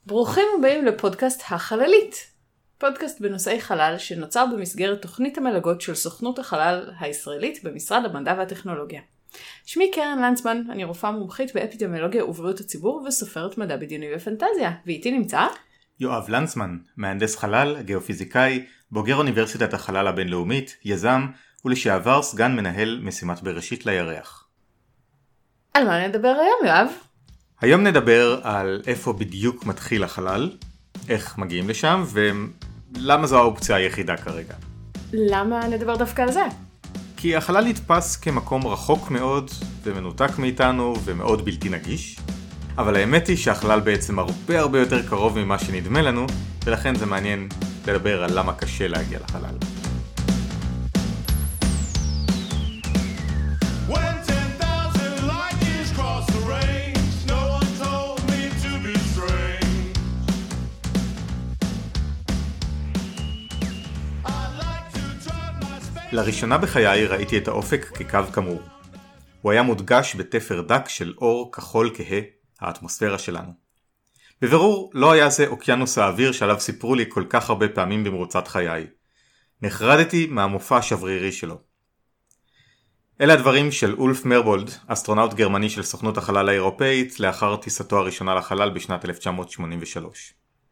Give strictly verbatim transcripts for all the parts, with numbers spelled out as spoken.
ברוכים הבאים לפודקאסט החללית, פודקאסט בנושאי חלל שנוצר במסגרת תוכנית המלגות של סוכנות החלל הישראלית במשרד המדע והטכנולוגיה. שמי קרן לנצמן, אני רופאה מומחית באפידמיולוגיה ובריאות הציבור וסופרת מדע בדיוני ופנטזיה, ואיתי נמצא יואב לנצמן, מהנדס חלל, גיאופיזיקאי, בוגר אוניברסיטת החלל הבינלאומית, יזם ולשעבר סגן מנהל משימת בראשית לירח. על מה נדבר היום, יואב? היום נדבר על איפה בדיוק מתחיל החלל, איך מגיעים לשם ולמה זו האופציה היחידה כרגע. למה נדבר דווקא על זה? כי החלל נתפס כמקום רחוק מאוד ומנותק מאיתנו ומאוד בלתי נגיש, אבל האמת היא שהחלל בעצם הרבה הרבה יותר קרוב ממה שנדמה לנו, ולכן זה מעניין לדבר על למה קשה להגיע לחלל. לראשונה בחיי ראיתי את האופק כקו כמור. הוא היה מודגש בתפר דק של אור כחול כהה, האטמוספירה שלנו. בבירור, לא היה זה אוקיינוס האוויר שעליו סיפרו לי כל כך הרבה פעמים במרוצת חיי. נחרדתי מהמופע השברירי שלו. אלה הדברים של אולף מרבולד, אסטרונאוט גרמני של סוכנות החלל האירופאית, לאחר טיסתו הראשונה לחלל בשנת אלף תשע מאות שמונים ושלוש.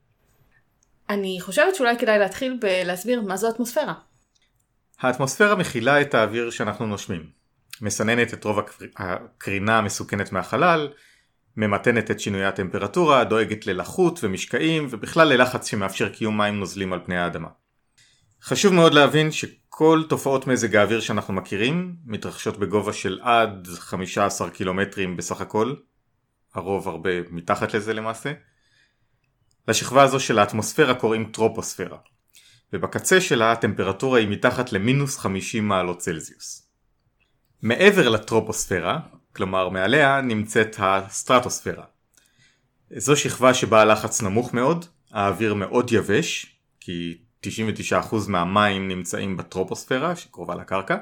אני חושבת שאולי כדאי להתחיל בלהסביר מה זו אטמוספירה. האטמוספירה מכילה את האוויר שאנחנו נושמים, מסננת את רוב הקרינה המסוכנת מהחלל, ממתנת את שינויי הטמפרטורה, דואגת ללחות ומשקעים ובכלל ללחץ שמאפשר קיום מים נוזלים על פני האדמה. חשוב מאוד להבין שכל תופעות מזג האוויר שאנחנו מכירים מתרחשות בגובה של עד חמישה עשר קילומטרים בסך הכל, הרוב הרבה מתחת לזה למעשה. לשכבה הזו של האטמוספירה קוראים טרופוספירה. ובקצה שלה הטמפרטורה היא מתחת למינוס חמישים מעלות צלזיוס. מעבר לטרופוספירה, כלומר מעליה, נמצאת הסטרטוספירה. זו שכבה שבה הלחץ נמוך מאוד, האוויר מאוד יבש, כי תשעים ותשעה אחוז מהמים נמצאים בטרופוספירה שקרובה לקרקע.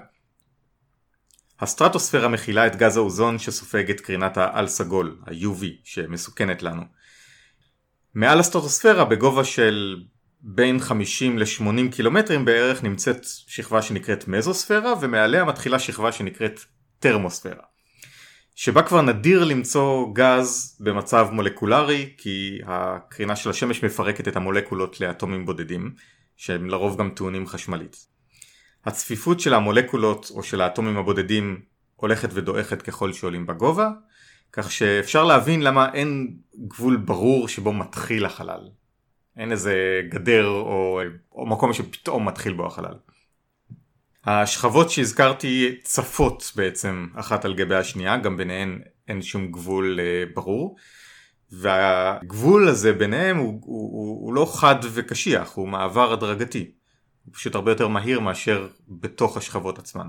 הסטרטוספירה מכילה את גז האוזון שסופג את קרינת האל סגול, ה-יו וי, שמסוכנת לנו. מעל הסטרטוספירה בגובה של בין חמישים לשמונים קילומטרים בערך נמצאת שכבה שנקראת מזוספירה, ומעליה מתחילה שכבה שנקראת טרמוספירה, שבה כבר נדיר למצוא גז במצב מולקולרי, כי הקרינה של השמש מפרקת את המולקולות לאטומים בודדים, שהם לרוב גם טעונים חשמלית. הצפיפות של המולקולות או של האטומים הבודדים הולכת ודועכת ככל שעולים בגובה, כך שאפשר להבין למה אין גבול ברור שבו מתחיל החלל. אין איזה גדר או, או מקום שפתאום מתחיל בו החלל. השכבות שהזכרתי צפות בעצם אחת על גבי השנייה, גם ביניהן אין שום גבול אה, ברור. והגבול הזה ביניהם הוא, הוא, הוא, הוא לא חד וקשיח, הוא מעבר הדרגתי. הוא פשוט הרבה יותר מהיר מאשר בתוך השכבות עצמן.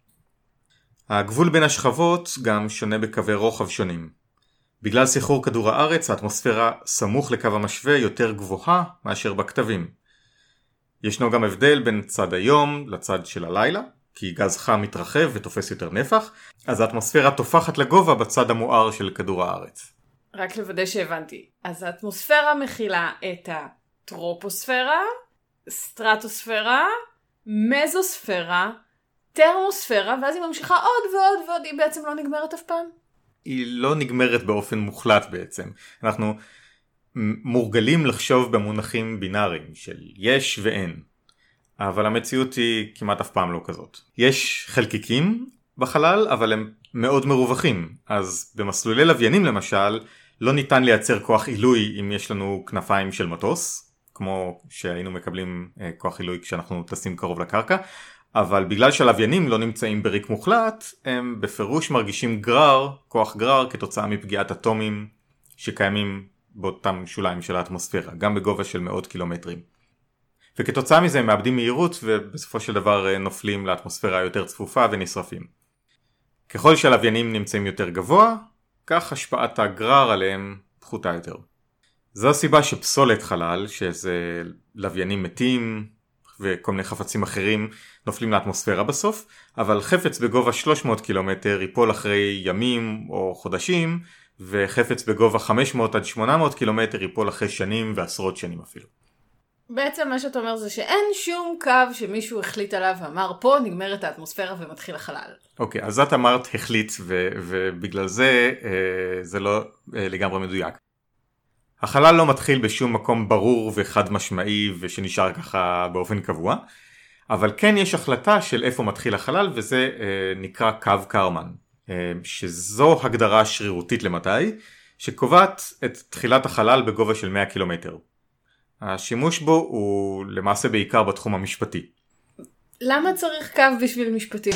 הגבול בין השכבות גם שונה בקווי רוחב שונים. בגלל סחרור כדור הארץ, האטמוספירה סמוך לקו המשווה יותר גבוהה מאשר בכתבים. ישנו גם הבדל בין צד היום לצד של הלילה, כי גז חם מתרחב ותופס יותר נפח, אז האטמוספירה תופחת לגובה בצד המואר של כדור הארץ. רק לוודא שהבנתי. אז האטמוספירה מכילה את הטרופוספירה, סטרטוספירה, מזוספירה, טרמוספירה, ואז היא ממשיכה עוד ועוד ועוד, היא בעצם לא נגמרת אף פעם. היא לא נגמרת באופן מוחלט בעצם. אנחנו מורגלים לחשוב במונחים בינאריים של יש ואין. אבל המציאות היא כמעט אף פעם לא כזאת. יש חלקיקים בחלל, אבל הם מאוד מרווחים. אז במסלולי לוויינים למשל, לא ניתן לייצר כוח עילוי אם יש לנו כנפיים של מטוס, כמו שהיינו מקבלים כוח עילוי כשאנחנו טסים קרוב לקרקע. אבל בגלל שהלוויינים לא נמצאים בריק מוחלט, הם בפירוש מרגישים גרר, כוח גרר, כתוצאה מפגיעת אטומים שקיימים באותם שוליים של האטמוספירה, גם בגובה של מאות קילומטרים. וכתוצאה מזה הם מאבדים מהירות ובסופו של דבר נופלים לאטמוספירה יותר צפופה ונשרפים. ככל שהלוויינים נמצאים יותר גבוה, כך השפעת הגרר עליהם פחותה יותר. זו הסיבה שפסולת חלל, שזה לוויינים מתים, וכל מיני חפצים אחרים נופלים לאטמוספירה בסוף, אבל חפץ בגובה שלוש מאות קילומטר ייפול אחרי ימים או חודשים וחפץ בגובה חמש מאות עד שמונה מאות קילומטר ייפול אחרי שנים ועשרות שנים אפילו. בעצם מה שאתה אומר זה שאין שום קו שמישהו החליט עליו ואמר פה נגמרת האטמוספירה ומתחיל החלל. אוקיי, אז את אמרת החליט ו- ובגלל זה אה, זה לא אה, לגמרי מדויק. החלל לא מתחיל בשום מקום ברור וחד משמעי ושנשאר ככה באופן קבוע, אבל כן יש החלטה של איפה מתחיל החלל וזה אה, נקרא קו קרמן, אה, שזו הגדרה שרירותית למדי שקובעת את תחילת החלל בגובה של מאה קילומטר. השימוש בו הוא למעשה בעיקר בתחום המשפטי. למה צריך קו בשביל משפטים?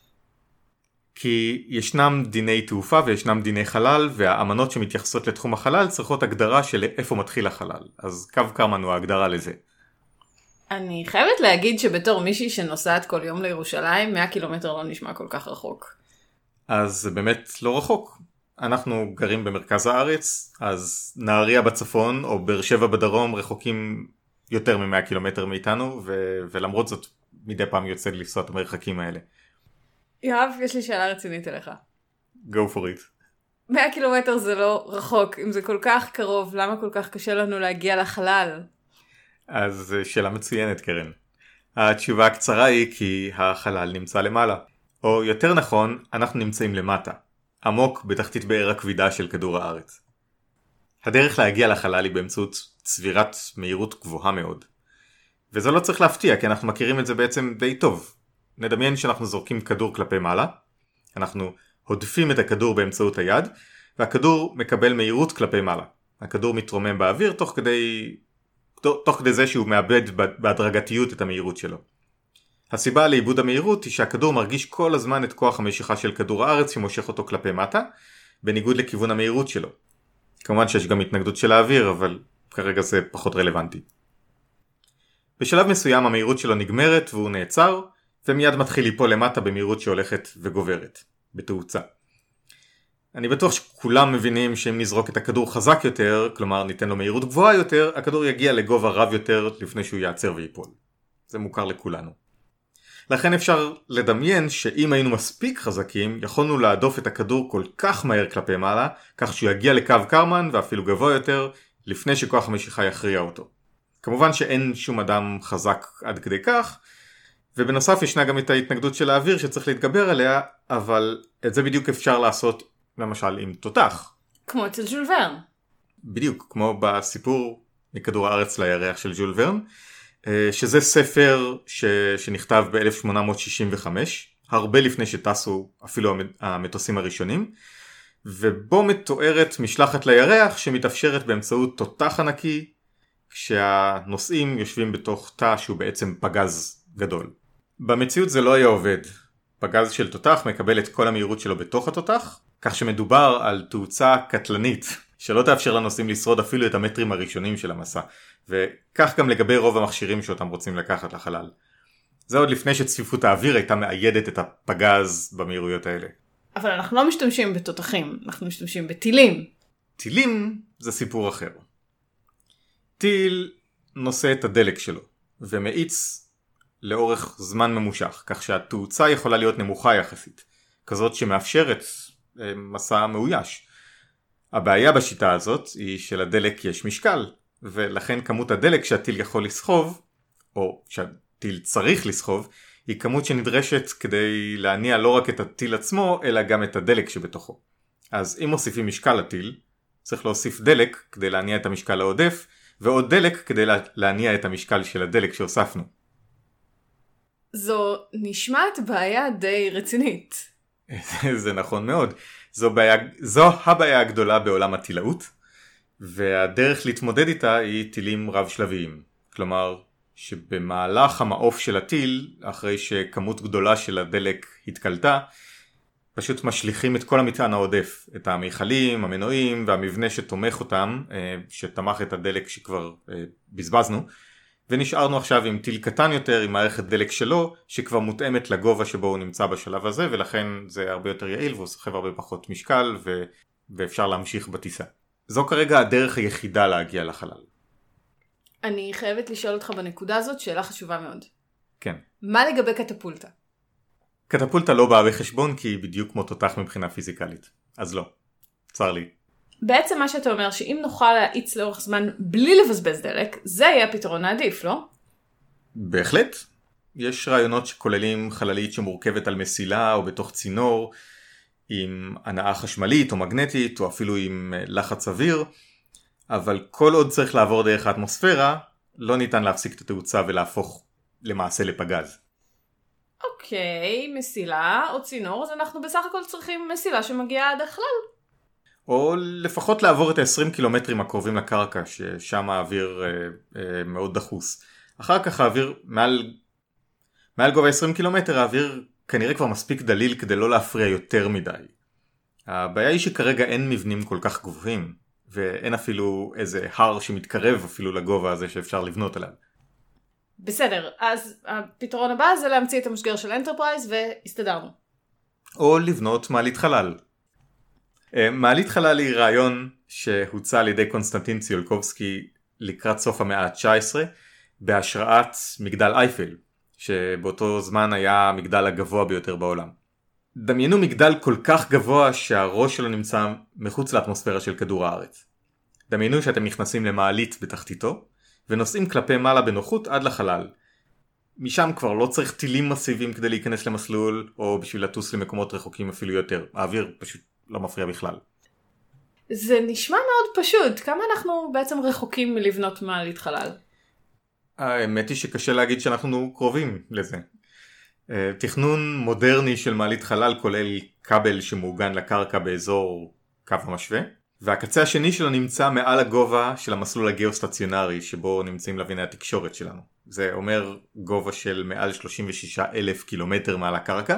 כי ישנם דיני תעופה וישנם דיני חלל, והאמנות שמתייחסות לתחום החלל צריכות הגדרה של איפה מתחיל החלל. אז קו קרמן הוא ההגדרה לזה. אני חייבת להגיד שבתור מישהי שנוסעת כל יום לירושלים, מאה קילומטר לא נשמע כל כך רחוק. אז זה באמת לא רחוק. אנחנו גרים במרכז הארץ, אז נהריה בצפון או באר שבע בדרום רחוקים יותר מ-מאה קילומטר מאיתנו, ו- ולמרות זאת מדי פעם יוצא לי לנסוע את המרחקים האלה. יואב, יש לי שאלה רצינית אליך. Go for it. מאה קילומטר זה לא רחוק, אם זה כל כך קרוב, למה כל כך קשה לנו להגיע לחלל? אז שאלה מצוינת, קרן. התשובה הקצרה היא כי החלל נמצא למעלה. או יותר נכון, אנחנו נמצאים למטה. עמוק בתחתית באר הכבידה של כדור הארץ. הדרך להגיע לחלל היא באמצעות צבירת מהירות גבוהה מאוד. וזה לא צריך להפתיע, כי אנחנו מכירים את זה בעצם די טוב. נדמיין שאנחנו זורקים כדור כלפי מעלה, אנחנו הודפים את הכדור באמצעות היד, והכדור מקבל מהירות כלפי מעלה. הכדור מתרומם באוויר תוך כדי, תוך כדי זה שהוא מאבד בהדרגתיות את המהירות שלו. הסיבה לאיבוד המהירות היא שהכדור מרגיש כל הזמן את כוח המשיכה של כדור הארץ שמושך אותו כלפי מטה, בניגוד לכיוון המהירות שלו. כמובן שיש גם התנגדות של האוויר, אבל כרגע זה פחות רלוונטי. בשלב מסוים המהירות שלו נגמרת והוא נעצר, ומיד מתחיל ליפול למטה במהירות שהולכת וגוברת, בתאוצה. אני בטוח שכולם מבינים שאם נזרוק את הכדור חזק יותר, כלומר ניתן לו מהירות גבוהה יותר, הכדור יגיע לגובה רב יותר לפני שהוא יעצר ויפול. זה מוכר לכולנו. לכן אפשר לדמיין שאם היינו מספיק חזקים, יכולנו להדוף את הכדור כל כך מהר כלפי מעלה, כך שהוא יגיע לקו קרמן ואפילו גבוה יותר, לפני שכוח המשיכה יכריע אותו. כמובן שאין שום אדם חזק עד כדי כך, ובנוסף ישנה גם את ההתנגדות של האוויר שצריך להתגבר עליה, אבל את זה בדיוק אפשר לעשות למשל עם תותח. כמו אצל ז'ול ורן. בדיוק, כמו בסיפור מכדור הארץ לירח של ז'ול ורן, שזה ספר ש... שנכתב ב-אלף שמונה מאות שישים וחמש, הרבה לפני שטסו אפילו המטוסים הראשונים, ובו מתוארת משלחת לירח שמתאפשרת באמצעות תותח ענקי, כשהנוסעים יושבים בתוך תא שהוא בעצם פגז גדול. במציאות זה לא היה עובד. פגז של תותח מקבל את כל המהירות שלו בתוך התותח, כך שמדובר על תאוצה קטלנית, שלא תאפשר לנוסעים לשרוד אפילו את המטרים הראשונים של המסע, וכך גם לגבי רוב המכשירים שאותם רוצים לקחת לחלל. זה עוד לפני שצפיפות האוויר הייתה מאיידת את הפגז במהירויות האלה. אבל אנחנו לא משתמשים בתותחים, אנחנו משתמשים בטילים. טילים זה סיפור אחר. טיל נושא את הדלק שלו, ומאיץ לאורך זמן ממושך, כך שהתאוצה יכולה להיות נמוכה יחסית, כזאת שמאפשרת מסע מאויש. הבעיה בשיטה הזאת היא שלדלק יש משקל, ולכן כמות הדלק שהטיל יכול לסחוב, או שהטיל צריך לסחוב, היא כמות שנדרשת כדי להניע לא רק את הטיל עצמו, אלא גם את הדלק שבתוכו. אז אם מוסיפים משקל לטיל, צריך להוסיף דלק כדי להניע את המשקל העודף, ועוד דלק כדי להניע את המשקל של הדלק שהוספנו. זו נשמעת בעיה די רצינית. זה נכון מאוד. זו, בעיה, זו הבעיה הגדולה בעולם הטילאות, והדרך להתמודד איתה היא טילים רב שלביים. כלומר, שבמהלך המעוף של הטיל, אחרי שכמות גדולה של הדלק התקלטה, פשוט משליכים את כל המטען העודף, את המיכלים, המנועים והמבנה שתומך אותם, שתמך את הדלק שכבר בזבזנו, ונשארנו עכשיו עם טיל קטן יותר, עם מערכת דלק שלו, שכבר מותאמת לגובה שבו הוא נמצא בשלב הזה, ולכן זה הרבה יותר יעיל, והוא סוחב הרבה פחות משקל, ו... ואפשר להמשיך בטיסה. זו כרגע הדרך היחידה להגיע לחלל. אני חייבת לשאול אותך בנקודה הזאת, שאלה חשובה מאוד. כן. מה לגבי קטפולטה? קטפולטה לא באה בחשבון, כי היא בדיוק כמו תותח מבחינה פיזיקלית. אז לא. צר לי. בעצם מה שאתה אומר, שאם נוכל להאיץ לאורך זמן בלי לבזבז דלק, זה יהיה הפתרון העדיף, לא? בהחלט. יש רעיונות שכוללים חללית שמורכבת על מסילה או בתוך צינור, עם הנעה חשמלית או מגנטית או אפילו עם לחץ אוויר, אבל כל עוד צריך לעבור דרך האטמוספירה, לא ניתן להפסיק את התאוצה ולהפוך למעשה לפגז. אוקיי, מסילה או צינור, אז אנחנו בסך הכל צריכים מסילה שמגיעה עד החלל. או לפחות לעבור את ה-עשרים קילומטרים הקרובים לקרקע, ששם האוויר אה, אה, מאוד דחוס. אחר כך האוויר, מעל, מעל גובה עשרים קילומטר, האוויר כנראה כבר מספיק דליל כדי לא להפריע יותר מדי. הבעיה היא שכרגע אין מבנים כל כך גבוהים, ואין אפילו איזה הר שמתקרב אפילו לגובה הזה שאפשר לבנות עליו. בסדר, אז הפתרון הבא זה להמציא את המשגר של אנטרפרייז והסתדרנו. או לבנות מעלית חלל. מעלית חלל היא רעיון שהוצע על ידי קונסטנטין ציולקובסקי לקראת סוף המאה ה-תשע עשרה, בהשראת מגדל אייפל, שבאותו זמן היה המגדל הגבוה ביותר בעולם. דמיינו מגדל כל כך גבוה שהראש שלו נמצא מחוץ לאטמוספירה של כדור הארץ. דמיינו שאתם נכנסים למעלית בתחתיתו, ונוסעים כלפי מעלה בנוחות עד לחלל. משם כבר לא צריך טילים מסיביים כדי להיכנס למסלול, או בשביל לטוס למקומות רחוקים אפילו יותר. האוויר פשוט לא מפריע בכלל. זה נשמע מאוד פשוט. כמה אנחנו בעצם רחוקים מלבנות מעלית חלל? האמת היא שקשה להגיד שאנחנו קרובים לזה. תכנון מודרני של מעלית חלל כולל כבל שמעוגן לקרקע באזור קו המשווה, והקצה השני שלו נמצא מעל הגובה של המסלול הגיאוסטציונרי שבו נמצאים לווייני התקשורת שלנו. זה אומר גובה של מעל שלושים ושישה אלף קילומטר מעל הקרקע,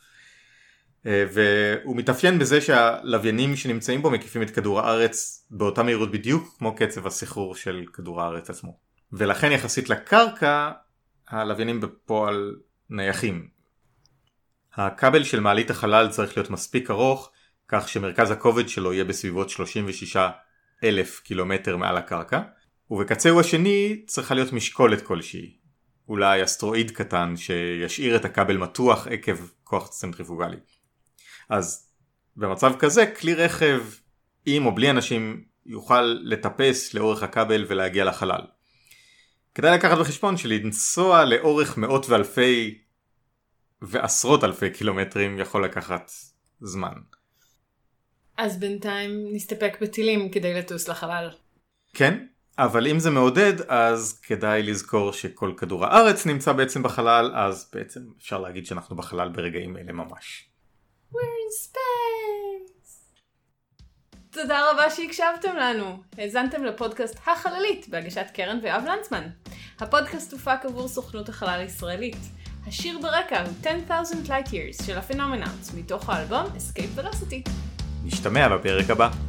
והוא מתאפיין בזה שהלוויינים שנמצאים בו מקיפים את כדור הארץ באותה מהירות בדיוק כמו קצב הסחרור של כדור הארץ עצמו. ולכן יחסית לקרקע הלוויינים בפועל נייחים. הכבל של מעלית החלל צריך להיות מספיק ארוך, כך שמרכז הכובד שלו יהיה בסביבות שלושים ושישה אלף קילומטר מעל הקרקע, ובקצהו השני צריכה להיות משקולת כלשהי. אולי אסטרואיד קטן שישאיר את הכבל מתוח עקב כוח צנטריפוגלי. אז במצב כזה כלי רכב עם או בלי אנשים יוכל לטפס לאורך הכבל ולהגיע לחלל. כדאי לקחת בחשבון שלנסוע לאורך מאות ואלפי ועשרות אלפי קילומטרים יכול לקחת זמן. אז בינתיים נסתפק בטילים כדי לטוס לחלל. כן, אבל אם זה מעודד אז כדאי לזכור שכל כדור הארץ נמצא בעצם בחלל, אז בעצם אפשר להגיד שאנחנו בחלל ברגעים אלה ממש. We're in space! תודה רבה שהקשבתם לנו. האזנתם לפודקאסט החללית בהגשת קרן ואב לנצמן. הפודקאסט הופק עבור סוכנות החלל הישראלית. השיר ברקע הוא ten thousand light years של הפנומנאוטס מתוך האלבום Escape Velocity. נשתמע בפרק הבא.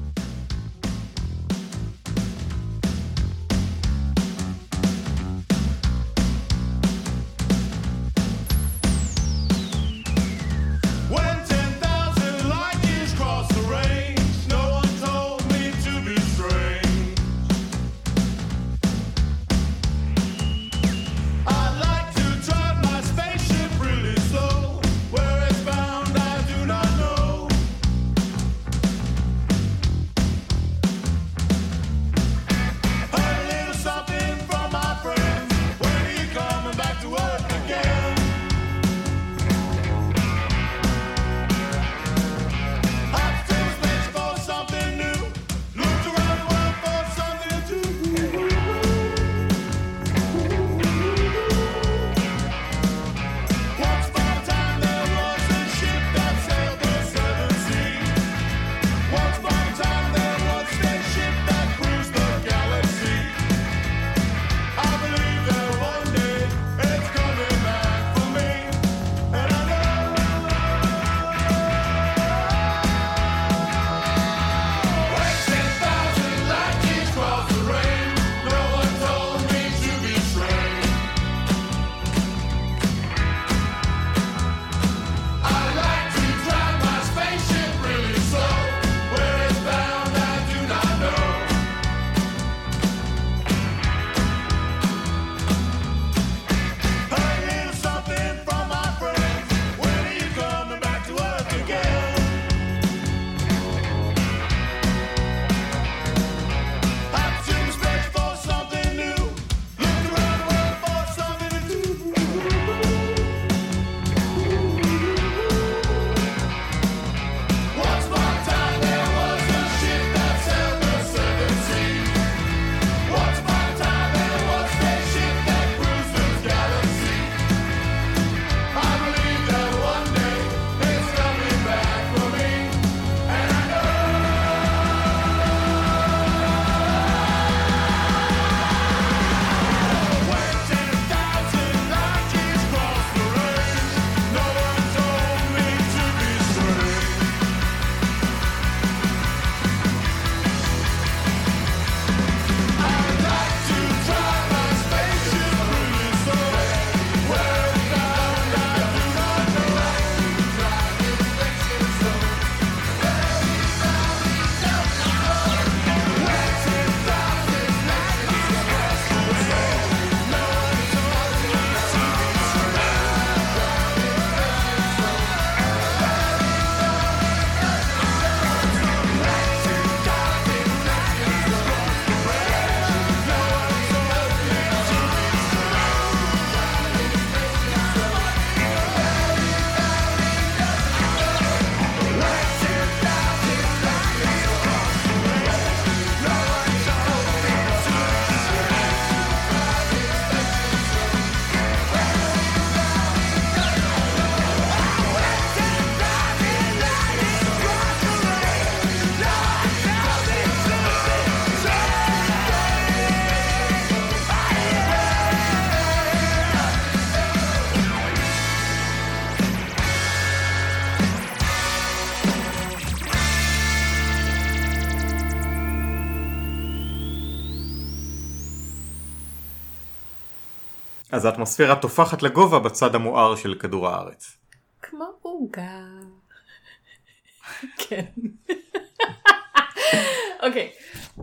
אז האטמוספירה תופחת לגובה בצד המואר של כדור הארץ. כמו עוגה. כן. אוקיי.